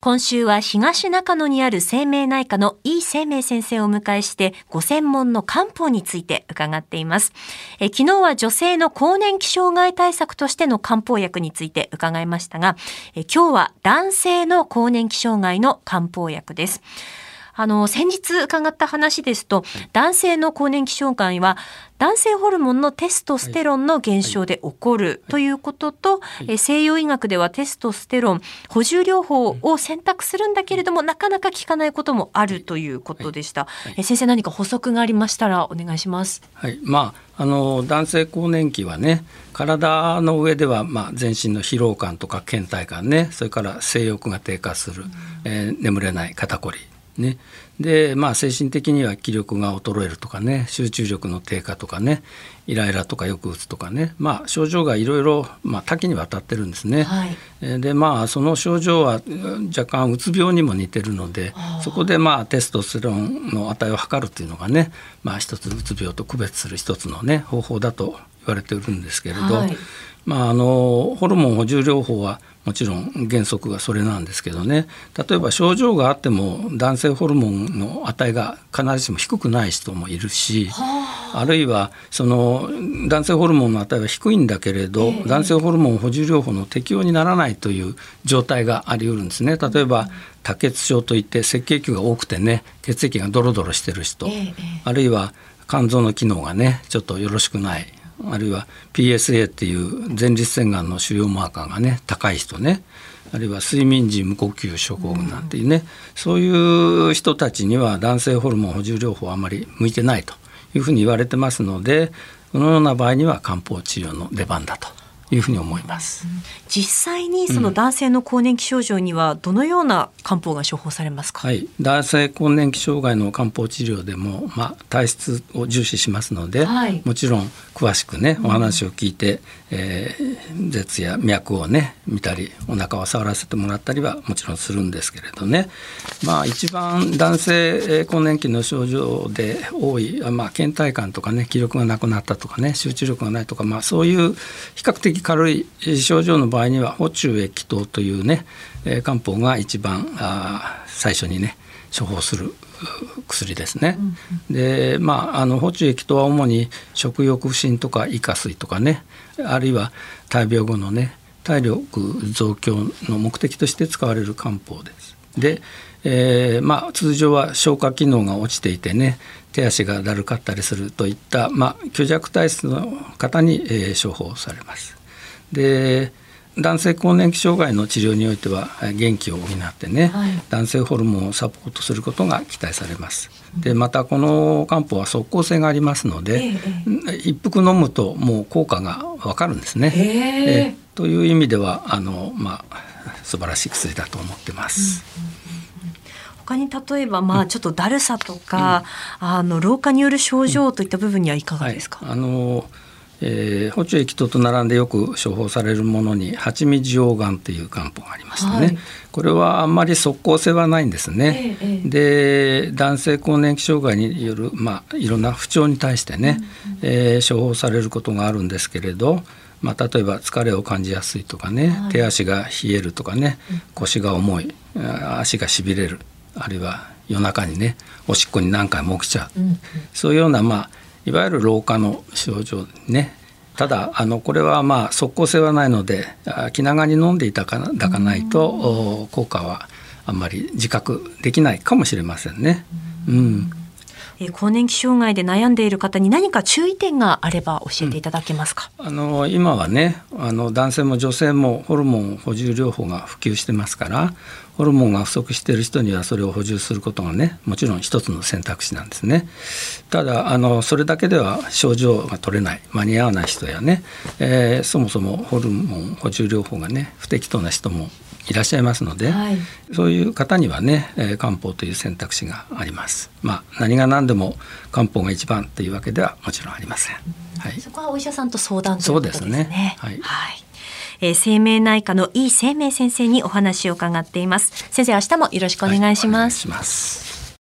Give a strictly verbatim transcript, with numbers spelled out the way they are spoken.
今週は東中野にある生命内科の井生命先生をお迎えしてご専門の漢方について伺っています。え昨日は女性の更年期障害対策としての漢方薬について伺いましたが、え今日は男性の更年期障害の漢方薬です。あの先日伺った話ですと、男性の更年期障害は男性ホルモンのテストステロンの減少で起こるということと、え西洋医学ではテストステロン補充療法を選択するんだけれども、なかなか効かないこともあるということでした。え先生、何か補足がありましたらお願いします。 はい、まあ、あの男性更年期はね、体の上では、まあ、全身の疲労感とか倦怠感ね、それから性欲が低下する、えー、眠れない、肩こりね、でまあ、精神的には気力が衰えるとかね、集中力の低下とかね、イライラとか抑うつとかね、まあ、症状がいろいろ多岐にわたってるんですね。はい、でまあ、その症状は若干うつ病にも似てるので、そこでまあテストステロンの値を測るというのがね、まあ、一つうつ病と区別する一つの、ね、方法だと言われているんですけれど、はい、まあ、あのホルモン補充療法はもちろん原則がそれなんですけどね、例えば症状があっても男性ホルモンの値が必ずしも低くない人もいるし、あるいはその男性ホルモンの値は低いんだけれど、えー、男性ホルモン補充療法の適用にならないという状態があり得るんですね。例えば多血症といって赤血球が多くてね、血液がドロドロしてる人、えー、あるいは肝臓の機能がねちょっとよろしくない、あるいは ピーエスエー っていう前立腺がんの腫瘍マーカーがね高い人ね、あるいは睡眠時無呼吸症候群なんていうね、うん、そういう人たちには男性ホルモン補充療法はあまり向いてないというふうに言われてますので、このような場合には漢方治療の出番だというふうに思います。 実際にその男性の更年期症状にはどのような漢方が処方されますか？ はい、男性更年期障害の漢方治療でも、まあ、体質を重視しますので、はい、もちろん詳しくねお話を聞いて、うんえー、舌や脈をね見たり、お腹を触らせてもらったりはもちろんするんですけれどね、まあ、一番男性更年期の症状で多い、まあ、倦怠感とかね、気力がなくなったとかね、集中力がないとか、まあ、そういう比較的軽い症状の場合には補中液糖というね、えー、漢方が一番あ最初にね処方する薬ですね。うんうん、で、まあ、あの補中液糖は主に食欲不振とか胃下垂とかね、あるいは大病後のね体力増強の目的として使われる漢方です。で、えーまあ、通常は消化機能が落ちていてね、手足がだるかったりするといった、まあ、虚弱体質の方に、えー、処方されます。で、男性更年期障害の治療においては元気を補ってね、はい、男性ホルモンをサポートすることが期待されます。でまたこの漢方は即効性がありますので、えー、一服飲むともう効果が分かるんですね。えーえー、という意味ではあの、まあ、素晴らしい薬だと思ってます。うんうんうん、 他に例えば、まあ、ちょっとだるさとか、うん、あの老化による症状といった部分にはいかがですか？ うんはい、あのえー、補中液糖と並んでよく処方されるものに八味地黄丸という漢方がありましてね、はい、これはあんまり即効性はないんですね。えー、で男性更年期障害による、まあ、いろんな不調に対してね、うんうんえー、処方されることがあるんですけれど、まあ、例えば疲れを感じやすいとかね、はい、手足が冷えるとかね、腰が重い、足がしびれる、あるいは夜中にねおしっこに何回も起きちゃう、うんうん、そういうような、まあいわゆる老化の症状ね。ただあのこれはまあ即効性はないので、気長に飲んでいただかないと効果はあんまり自覚できないかもしれませんね。うん、 えー、更年期障害で悩んでいる方に何か注意点があれば教えていただけますか？ うん、あの今はねあの男性も女性もホルモン補充療法が普及してますから、ホルモンが不足している人にはそれを補充することがねもちろん一つの選択肢なんですね。ただあのそれだけでは症状が取れない、間に合わない人やね、えー、そもそもホルモン補充療法がね不適当な人もいらっしゃいますので、はい、そういう方にはね、えー、漢方という選択肢があります。まあ、何が何でも漢方が一番というわけではもちろんありません。はい、 そこはお医者さんと相談ということですね。 そうですね。はいはい、えー、生命内科の井生命先生にお話を伺っています。先生、明日もよろしくお願いします。 はい、お願いします。